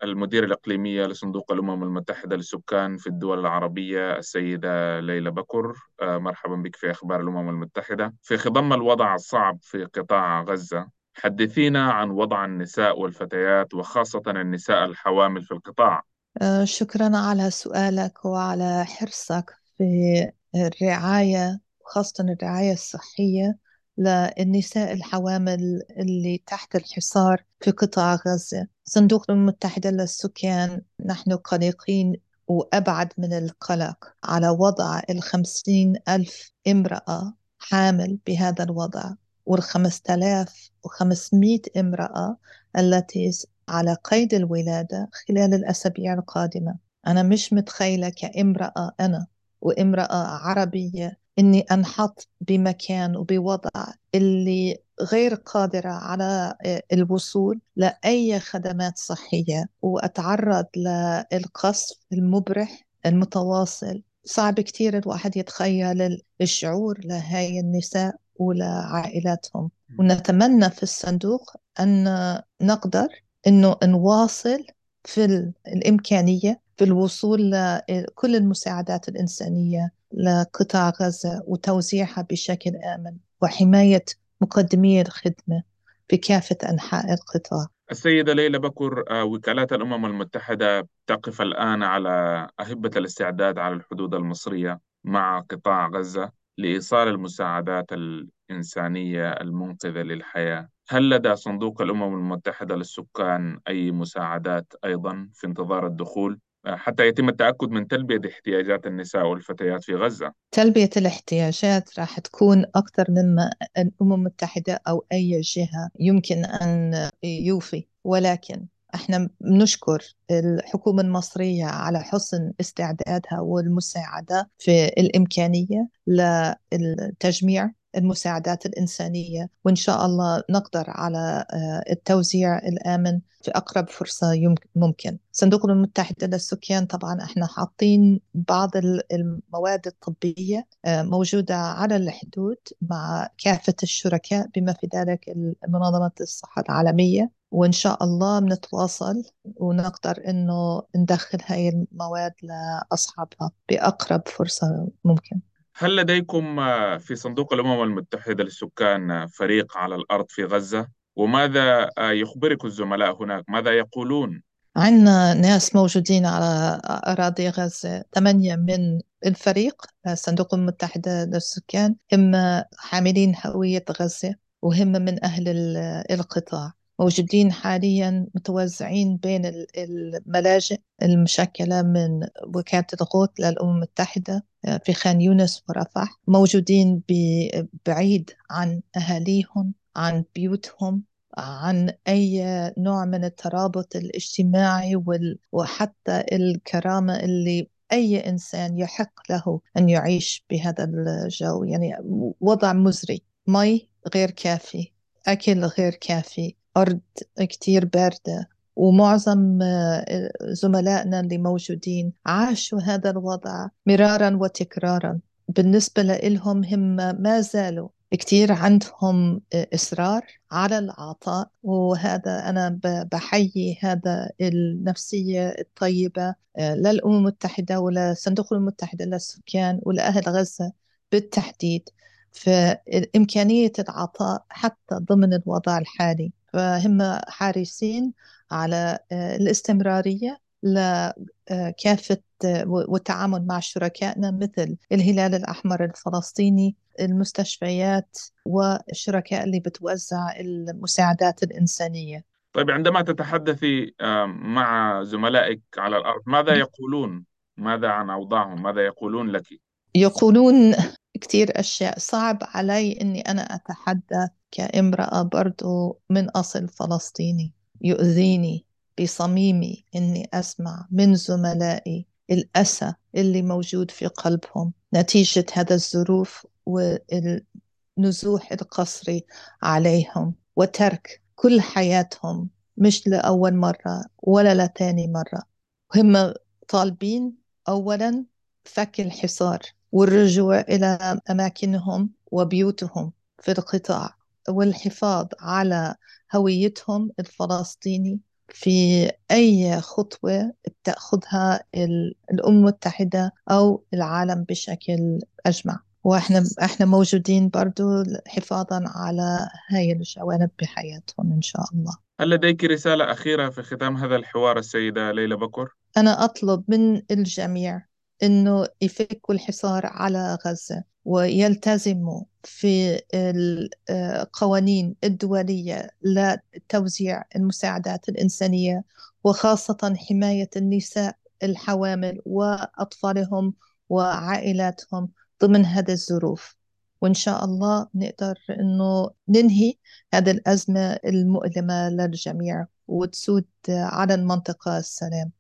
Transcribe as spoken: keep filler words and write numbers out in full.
المديرة الإقليمية لصندوق الأمم المتحدة للسكان في الدول العربية السيدة ليلى بكر. آه، مرحبا بك في أخبار الأمم المتحدة. في خضم الوضع الصعب في قطاع غزة، حدثينا عن وضع النساء والفتيات وخاصة النساء الحوامل في القطاع. آه، شكرا على سؤالك وعلى حرصك في الرعاية، خاصة الرعاية الصحية للنساء الحوامل اللي تحت الحصار في قطاع غزة. صندوق الأمم المتحدة للسكان نحن قلقين وأبعد من القلق على وضع الخمسين ألف امرأة حامل بهذا الوضع، والخمسة آلاف وخمسمائة امرأة التي على قيد الولادة خلال الأسابيع القادمة. أنا مش متخيلة كامرأة أنا وامرأة عربية إني أنحط بمكان وبوضع اللي غير قادرة على الوصول لأي خدمات صحية، وأتعرض للقصف المبرح المتواصل. صعب كتير الواحد يتخيل الشعور لهاي النساء ولعائلاتهم. ونتمنى في الصندوق أن نقدر إنه نواصل في ال- الإمكانية في الوصول لكل المساعدات الإنسانية لقطاع غزة وتوزيعها بشكل آمن وحماية مقدمي الخدمة في كافة أنحاء القطاع. السيدة ليلى بكر، آه، وكالات الأمم المتحدة تقف الآن على أهبة الاستعداد على الحدود المصرية مع قطاع غزة لإيصال المساعدات الإنسانية المنقذة للحياة. هل لدى صندوق الأمم المتحدة للسكان أي مساعدات أيضا في انتظار الدخول، آه، حتى يتم التأكد من تلبية احتياجات النساء والفتيات في غزة؟ تلبية الاحتياجات راح تكون أكثر مما الأمم المتحدة أو أي جهة يمكن أن يوفي، ولكن احنا بنشكر الحكومة المصرية على حسن استعدادها والمساعدة في الإمكانية للتجميع المساعدات الإنسانية، وإن شاء الله نقدر على آه، التوزيع الآمن في أقرب فرصة يمك- ممكن. صندوق الأمم المتحدة للسكان طبعا احنا حاطين بعض ال- المواد الطبية آه، موجودة على الحدود مع كافة الشركاء بما في ذلك منظمة الصحة العالمية، وإن شاء الله بنتواصل ونقدر إنه ندخل هاي المواد لأصحابها بأقرب فرصة ممكن. هل لديكم آه، في صندوق الأمم المتحدة للسكان آه، فريق على الأرض في غزة؟ وماذا آه، يخبرك الزملاء هناك؟ ماذا يقولون؟ عندنا ناس موجودين على أراضي غزة، ثمانية من الفريق الصندوق المتحدة للسكان هم حاملين هوية غزة، وهم من أهل ال- القطاع. موجودين حاليا متوزعين بين ال- الملاجئ المشكلة من وكالة الغوث للأمم المتحدة في خان يونس ورفح. موجودين ب- بعيد عن أهاليهم، عن بيوتهم، عن أي نوع من الترابط الاجتماعي وال... وحتى الكرامة اللي أي إنسان يحق له أن يعيش بهذا الجو. يعني وضع مزري، مي غير كافي، أكل غير كافي، أرض كتير باردة. ومعظم آه، زملائنا اللي موجودين عاشوا هذا الوضع مرارا وتكرارا. بالنسبة لهم هم ما زالوا كتير عندهم إصرار على العطاء، وهذا أنا ب- بحيي هذا النفسية الطيبة آه، للأمم المتحدة ولصندوق الأمم المتحدة للسكان ولأهل غزة بالتحديد في إمكانية العطاء حتى ضمن الوضع الحالي. فهم حريصين على آه، الاستمرارية لكافة والتعامل مع شركائنا مثل الهلال الأحمر الفلسطيني، المستشفيات، والشركاء اللي بتوزع المساعدات الإنسانية. طيب، عندما تتحدثي آه، مع زملائك على الأرض ماذا يقولون؟ ماذا عن أوضاعهم؟ ماذا يقولون لك؟ يقولون كتير أشياء. صعب علي أني أنا أتحدث كامرأة برضو من أصل فلسطيني. يؤذيني بصميمي أني أسمع من زملائي الأسى اللي موجود في قلبهم نتيجة هذا الظروف والنزوح القسري عليهم وترك كل حياتهم، مش لأول مرة ولا لتاني مرة. هم طالبين أولا فك الحصار والرجوع إلى أماكنهم وبيوتهم في القطاع، والحفاظ على هويتهم الفلسطيني في أي خطوة بتأخذها ال- الأمم المتحدة أو العالم بشكل أجمع. وإحنا إحنا موجودين برضو حفاظا على هاي الجوانب بحياتهم إن شاء الله. هل لديك رسالة أخيرة في ختام هذا الحوار السيدة ليلى بكر؟ أنا أطلب من الجميع إنه يفكوا الحصار على غزة ويلتزموا في القوانين الدولية لتوزيع المساعدات الإنسانية، وخاصة حماية النساء الحوامل وأطفالهم وعائلاتهم ضمن هذه الظروف. وإن شاء الله نقدر إنه ننهي هذه الأزمة المؤلمة للجميع وتسود على المنطقة السلام.